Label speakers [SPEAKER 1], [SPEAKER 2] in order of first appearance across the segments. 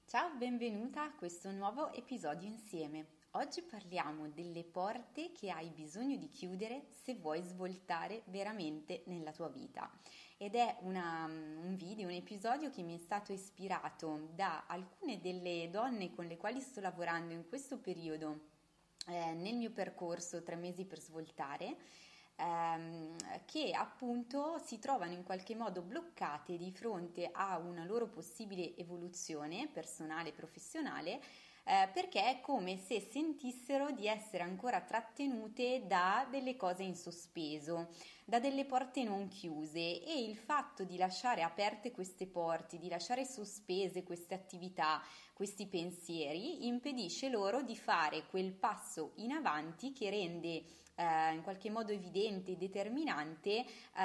[SPEAKER 1] Ciao, benvenuta a questo nuovo episodio insieme. Oggi parliamo delle porte che hai bisogno di chiudere se vuoi svoltare veramente nella tua vita. Ed è un episodio che mi è stato ispirato da alcune delle donne con le quali sto lavorando in questo periodo nel mio percorso 3 mesi per svoltare, che appunto si trovano in qualche modo bloccate di fronte a una loro possibile evoluzione personale e professionale, perché è come se sentissero di essere ancora trattenute da delle cose in sospeso, da delle porte non chiuse, e il fatto di lasciare aperte queste porte, di lasciare sospese queste attività, questi pensieri, impedisce loro di fare quel passo in avanti che rende in qualche modo evidente e determinante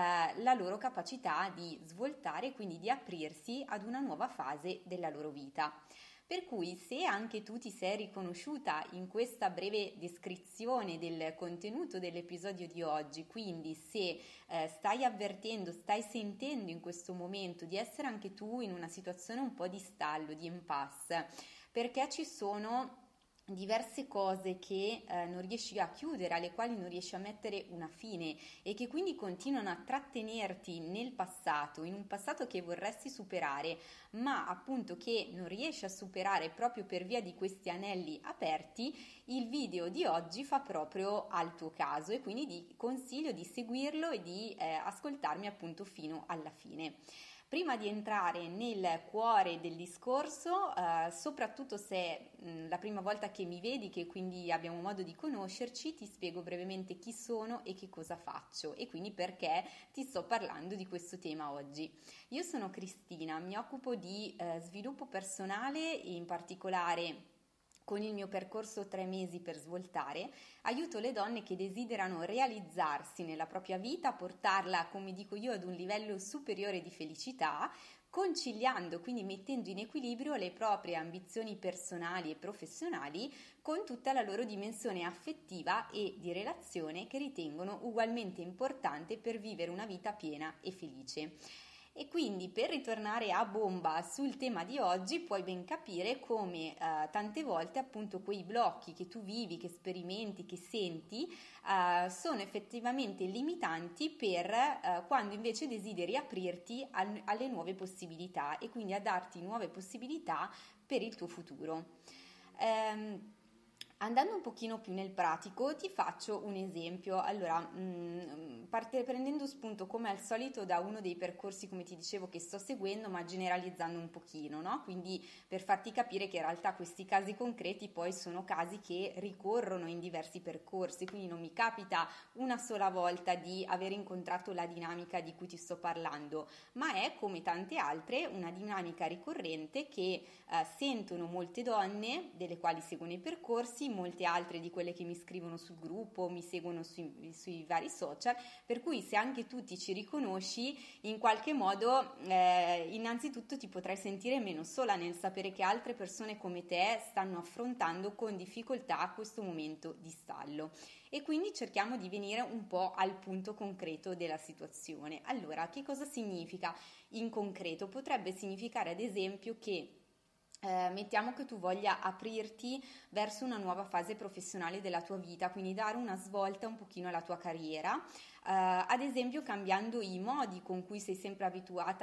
[SPEAKER 1] la loro capacità di svoltare e quindi di aprirsi ad una nuova fase della loro vita. Per cui se anche tu ti sei riconosciuta in questa breve descrizione del contenuto dell'episodio di oggi, quindi se stai avvertendo, stai sentendo in questo momento di essere anche tu in una situazione un po' di stallo, di impasse, perché ci sono diverse cose che non riesci a chiudere, alle quali non riesci a mettere una fine e che quindi continuano a trattenerti nel passato, in un passato che vorresti superare, ma appunto che non riesci a superare proprio per via di questi anelli aperti, il video di oggi fa proprio al tuo caso e quindi ti consiglio di seguirlo e di ascoltarmi appunto fino alla fine. Prima di entrare nel cuore del discorso, soprattutto se è la prima volta che mi vedi, che quindi abbiamo modo di conoscerci, ti spiego brevemente chi sono e che cosa faccio e quindi perché ti sto parlando di questo tema oggi. Io sono Cristina, mi occupo di sviluppo personale, in particolare con il mio percorso 3 mesi per svoltare, aiuto le donne che desiderano realizzarsi nella propria vita, portarla, come dico io, ad un livello superiore di felicità, conciliando, quindi mettendo in equilibrio le proprie ambizioni personali e professionali con tutta la loro dimensione affettiva e di relazione che ritengono ugualmente importante per vivere una vita piena e felice. E quindi per ritornare a bomba sul tema di oggi puoi ben capire come tante volte appunto quei blocchi che tu vivi, che sperimenti, che senti sono effettivamente limitanti per quando invece desideri aprirti alle nuove possibilità e quindi a darti nuove possibilità per il tuo futuro. Andando un pochino più nel pratico, ti faccio un esempio. Allora, prendendo spunto come al solito da uno dei percorsi, come ti dicevo, che sto seguendo, ma generalizzando un pochino, no? Quindi per farti capire che in realtà questi casi concreti poi sono casi che ricorrono in diversi percorsi, quindi non mi capita una sola volta di aver incontrato la dinamica di cui ti sto parlando, ma è come tante altre una dinamica ricorrente che sentono molte donne, delle quali seguono i percorsi, molte altre di quelle che mi scrivono sul gruppo, mi seguono sui vari social, per cui se anche tu ti ci riconosci, in qualche modo innanzitutto ti potrai sentire meno sola nel sapere che altre persone come te stanno affrontando con difficoltà questo momento di stallo. E quindi cerchiamo di venire un po' al punto concreto della situazione. Allora, che cosa significa in concreto? Potrebbe significare ad esempio che mettiamo che tu voglia aprirti verso una nuova fase professionale della tua vita, quindi dare una svolta un pochino alla tua carriera, ad esempio cambiando i modi con cui sei sempre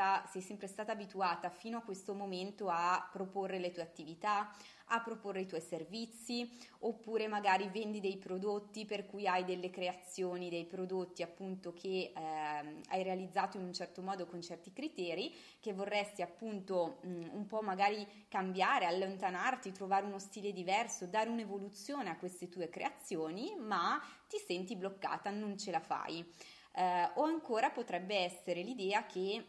[SPEAKER 1] stata abituata fino a questo momento a proporre le tue attività, a proporre i tuoi servizi, oppure magari vendi dei prodotti per cui hai delle creazioni, dei prodotti appunto che hai realizzato in un certo modo con certi criteri che vorresti appunto un po' magari cambiare, allontanarti, trovare uno stile diverso, dare un'evoluzione a queste tue creazioni, ma ti senti bloccata, non ce la fai. O ancora potrebbe essere l'idea che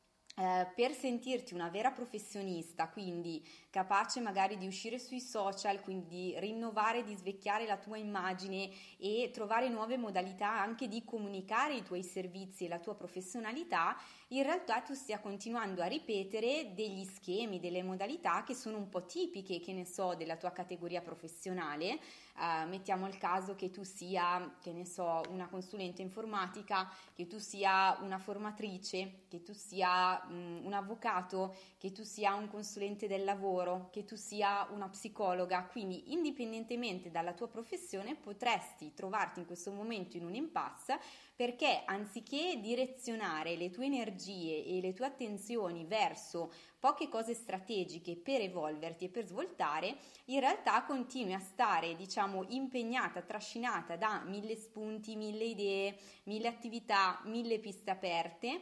[SPEAKER 1] per sentirti una vera professionista, quindi capace magari di uscire sui social, quindi di rinnovare, di svecchiare la tua immagine e trovare nuove modalità anche di comunicare i tuoi servizi e la tua professionalità, in realtà tu stia continuando a ripetere degli schemi, delle modalità che sono un po' tipiche, che ne so, della tua categoria professionale. Mettiamo il caso che tu sia, che ne so, una consulente informatica, che tu sia una formatrice, che tu sia un avvocato, che tu sia un consulente del lavoro, che tu sia una psicologa, quindi indipendentemente dalla tua professione potresti trovarti in questo momento in un impasse, perché anziché direzionare le tue energie e le tue attenzioni verso poche cose strategiche per evolverti e per svoltare, in realtà continui a stare, diciamo, impegnata, trascinata da 1000 spunti, 1000 idee, 1000 attività, 1000 piste aperte,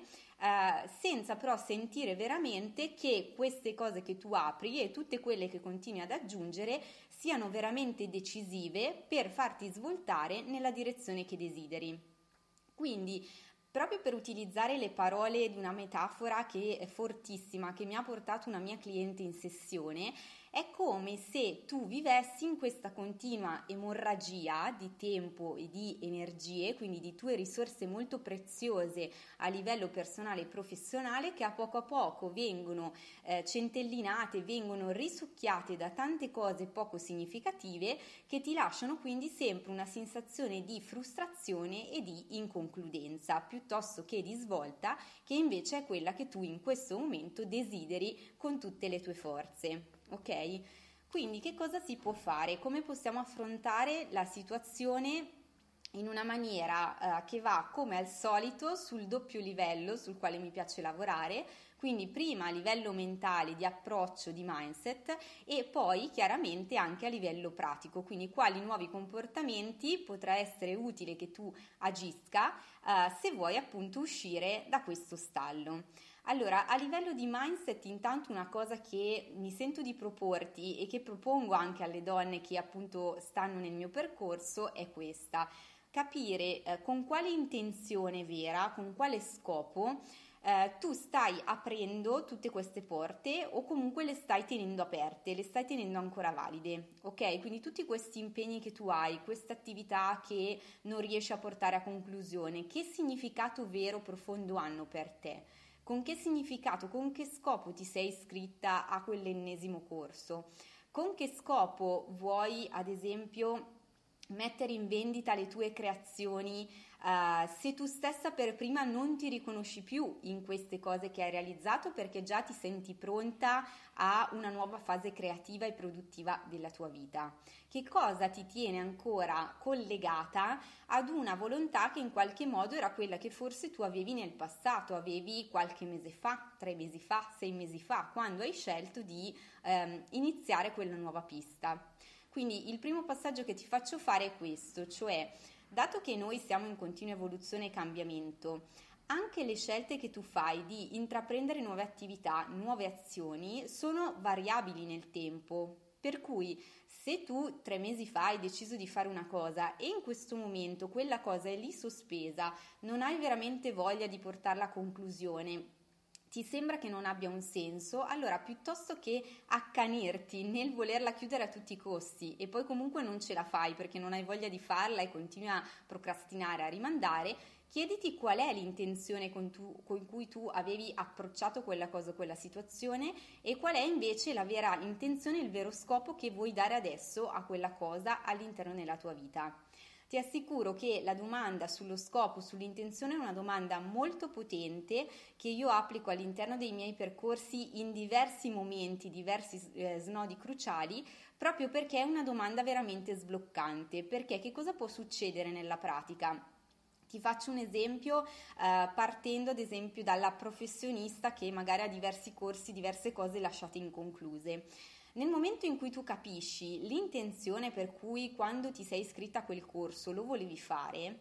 [SPEAKER 1] senza però sentire veramente che queste cose che tu apri e tutte quelle che continui ad aggiungere siano veramente decisive per farti svoltare nella direzione che desideri. Quindi, proprio per utilizzare le parole di una metafora che è fortissima, che mi ha portato una mia cliente in sessione, è come se tu vivessi in questa continua emorragia di tempo e di energie, quindi di tue risorse molto preziose a livello personale e professionale, che a poco vengono centellinate, vengono risucchiate da tante cose poco significative, che ti lasciano quindi sempre una sensazione di frustrazione e di inconcludenza, piuttosto che di svolta, che invece è quella che tu in questo momento desideri con tutte le tue forze. Ok? Quindi che cosa si può fare? Come possiamo affrontare la situazione in una maniera che va come al solito sul doppio livello sul quale mi piace lavorare, quindi prima a livello mentale di approccio, di mindset, e poi chiaramente anche a livello pratico, quindi quali nuovi comportamenti potrà essere utile che tu agisca se vuoi appunto uscire da questo stallo. Allora, a livello di mindset, intanto una cosa che mi sento di proporti e che propongo anche alle donne che appunto stanno nel mio percorso è questa: capire con quale intenzione vera, con quale scopo tu stai aprendo tutte queste porte, o comunque le stai tenendo aperte, le stai tenendo ancora valide, ok? Quindi tutti questi impegni che tu hai, queste attività che non riesci a portare a conclusione, che significato vero, profondo hanno per te? Con che significato, con che scopo ti sei iscritta a quell'ennesimo corso? Con che scopo vuoi, ad esempio, mettere in vendita le tue creazioni se tu stessa per prima non ti riconosci più in queste cose che hai realizzato, perché già ti senti pronta a una nuova fase creativa e produttiva della tua vita? Che cosa ti tiene ancora collegata ad una volontà che in qualche modo era quella che forse tu avevi nel passato, avevi qualche mese fa, 3 mesi fa, 6 mesi fa, quando hai scelto di iniziare quella nuova pista? Quindi il primo passaggio che ti faccio fare è questo, cioè, dato che noi siamo in continua evoluzione e cambiamento, anche le scelte che tu fai di intraprendere nuove attività, nuove azioni, sono variabili nel tempo. Per cui se tu 3 mesi fa hai deciso di fare una cosa e in questo momento quella cosa è lì sospesa, non hai veramente voglia di portarla a conclusione, ti sembra che non abbia un senso, allora piuttosto che accanirti nel volerla chiudere a tutti i costi e poi comunque non ce la fai perché non hai voglia di farla e continui a procrastinare, a rimandare, chiediti qual è l'intenzione con cui tu avevi approcciato quella cosa, quella situazione, e qual è invece la vera intenzione, il vero scopo che vuoi dare adesso a quella cosa all'interno della tua vita. Ti assicuro che la domanda sullo scopo, sull'intenzione è una domanda molto potente che io applico all'interno dei miei percorsi in diversi momenti, diversi snodi cruciali, proprio perché è una domanda veramente sbloccante. Perché che cosa può succedere nella pratica? Ti faccio un esempio partendo ad esempio dalla professionista che magari ha diversi corsi, diverse cose lasciate inconcluse. Nel momento in cui tu capisci l'intenzione per cui quando ti sei iscritta a quel corso lo volevi fare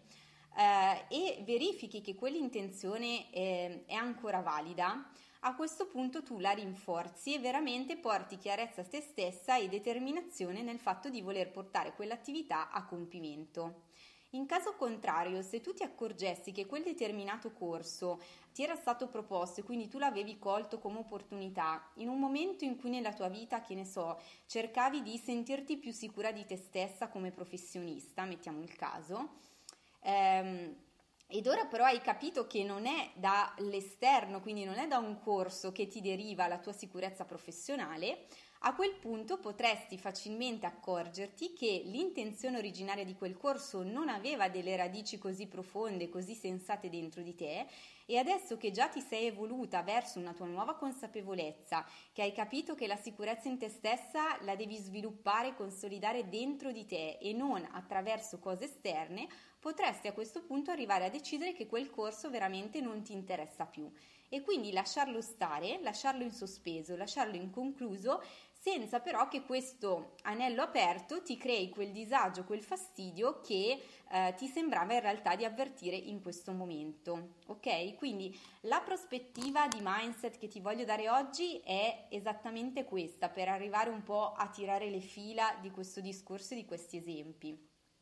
[SPEAKER 1] e verifichi che quell'intenzione è ancora valida, a questo punto tu la rinforzi e veramente porti chiarezza a te stessa e determinazione nel fatto di voler portare quell'attività a compimento. In caso contrario, se tu ti accorgessi che quel determinato corso ti era stato proposto e quindi tu l'avevi colto come opportunità, in un momento in cui nella tua vita, che ne so, cercavi di sentirti più sicura di te stessa come professionista, mettiamo il caso, ed ora però hai capito che non è dall'esterno, quindi non è da un corso che ti deriva la tua sicurezza professionale, a quel punto potresti facilmente accorgerti che l'intenzione originaria di quel corso non aveva delle radici così profonde, così sensate dentro di te, E adesso che già ti sei evoluta verso una tua nuova consapevolezza, che hai capito che la sicurezza in te stessa la devi sviluppare e consolidare dentro di te e non attraverso cose esterne, potresti a questo punto arrivare a decidere che quel corso veramente non ti interessa più e quindi lasciarlo stare, lasciarlo in sospeso, lasciarlo inconcluso, senza però che questo anello aperto ti crei quel disagio, quel fastidio che ti sembrava in realtà di avvertire in questo momento, ok? Quindi la prospettiva di mindset che ti voglio dare oggi è esattamente questa, per arrivare un po' a tirare le fila di questo discorso e di questi esempi,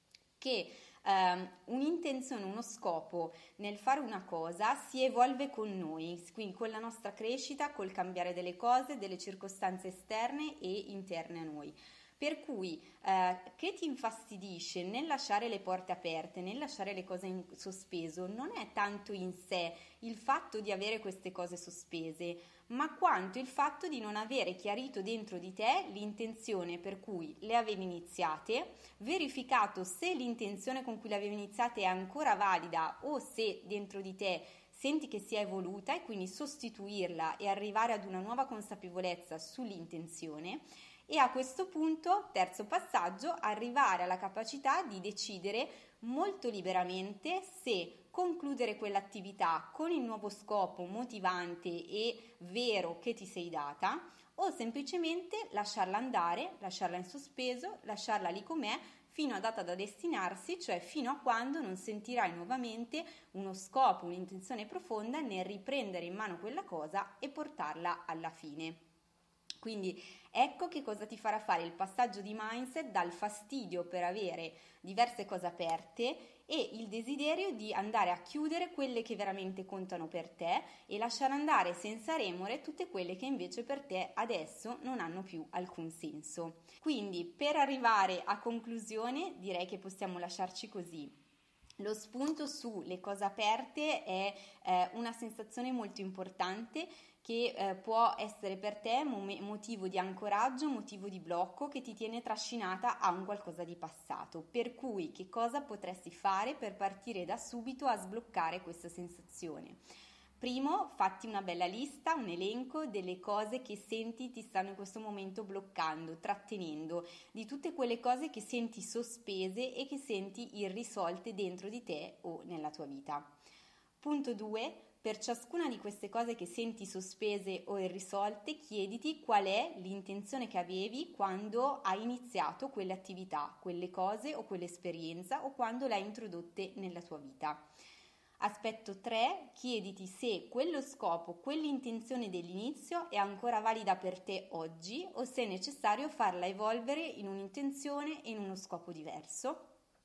[SPEAKER 1] che un'intenzione, uno scopo nel fare una cosa si evolve con noi, quindi con la nostra crescita, col cambiare delle cose, delle circostanze esterne e interne a noi. Per cui che ti infastidisce nel lasciare le porte aperte, nel lasciare le cose in sospeso, non è tanto in sé il fatto di avere queste cose sospese, ma quanto il fatto di non avere chiarito dentro di te l'intenzione per cui le avevi iniziate, verificato se l'intenzione con cui le avevi iniziate è ancora valida o se dentro di te senti che sia evoluta e quindi sostituirla e arrivare ad una nuova consapevolezza sull'intenzione. E a questo punto, terzo passaggio, arrivare alla capacità di decidere molto liberamente se concludere quell'attività con il nuovo scopo motivante e vero che ti sei data o semplicemente lasciarla andare, lasciarla in sospeso, lasciarla lì com'è fino a data da destinarsi, cioè fino a quando non sentirai nuovamente uno scopo, un'intenzione profonda nel riprendere in mano quella cosa e portarla alla fine. Quindi ecco che cosa ti farà fare il passaggio di mindset dal fastidio per avere diverse cose aperte e il desiderio di andare a chiudere quelle che veramente contano per te e lasciare andare senza remore tutte quelle che invece per te adesso non hanno più alcun senso. Quindi per arrivare a conclusione direi che possiamo lasciarci così. Lo spunto sulle cose aperte è una sensazione molto importante che può essere per te motivo di ancoraggio, motivo di blocco che ti tiene trascinata a un qualcosa di passato. Per cui che cosa potresti fare per partire da subito a sbloccare questa sensazione? Primo, fatti una bella lista, un elenco delle cose che senti ti stanno in questo momento bloccando, trattenendo, di tutte quelle cose che senti sospese e che senti irrisolte dentro di te o nella tua vita. Punto 2, per ciascuna di queste cose che senti sospese o irrisolte, chiediti qual è l'intenzione che avevi quando hai iniziato quelle attività, quelle cose o quell'esperienza o quando le hai introdotte nella tua vita. Aspetto 3, chiediti se quello scopo, quell'intenzione dell'inizio è ancora valida per te oggi o se è necessario farla evolvere in un'intenzione e in uno scopo diverso.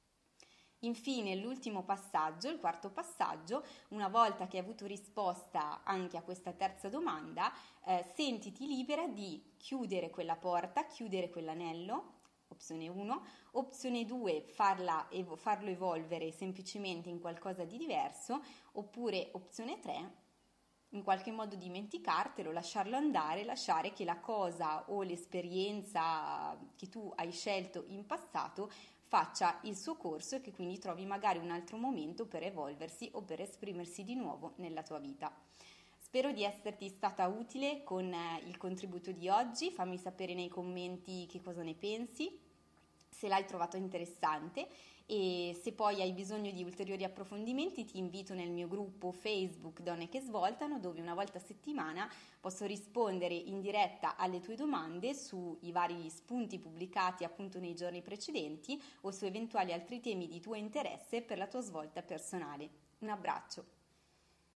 [SPEAKER 1] Infine, l'ultimo passaggio, il quarto passaggio, una volta che hai avuto risposta anche a questa terza domanda, sentiti libera di chiudere quella porta, chiudere quell'anello. Opzione 1, opzione 2, farlo evolvere semplicemente in qualcosa di diverso, oppure opzione 3, in qualche modo dimenticartelo, lasciarlo andare, lasciare che la cosa o l'esperienza che tu hai scelto in passato faccia il suo corso e che quindi trovi magari un altro momento per evolversi o per esprimersi di nuovo nella tua vita. Spero di esserti stata utile con il contributo di oggi, fammi sapere nei commenti che cosa ne pensi, se l'hai trovato interessante e se poi hai bisogno di ulteriori approfondimenti ti invito nel mio gruppo Facebook Donne che Svoltano, dove una volta a settimana posso rispondere in diretta alle tue domande sui vari spunti pubblicati appunto nei giorni precedenti o su eventuali altri temi di tuo interesse per la tua svolta personale. Un abbraccio!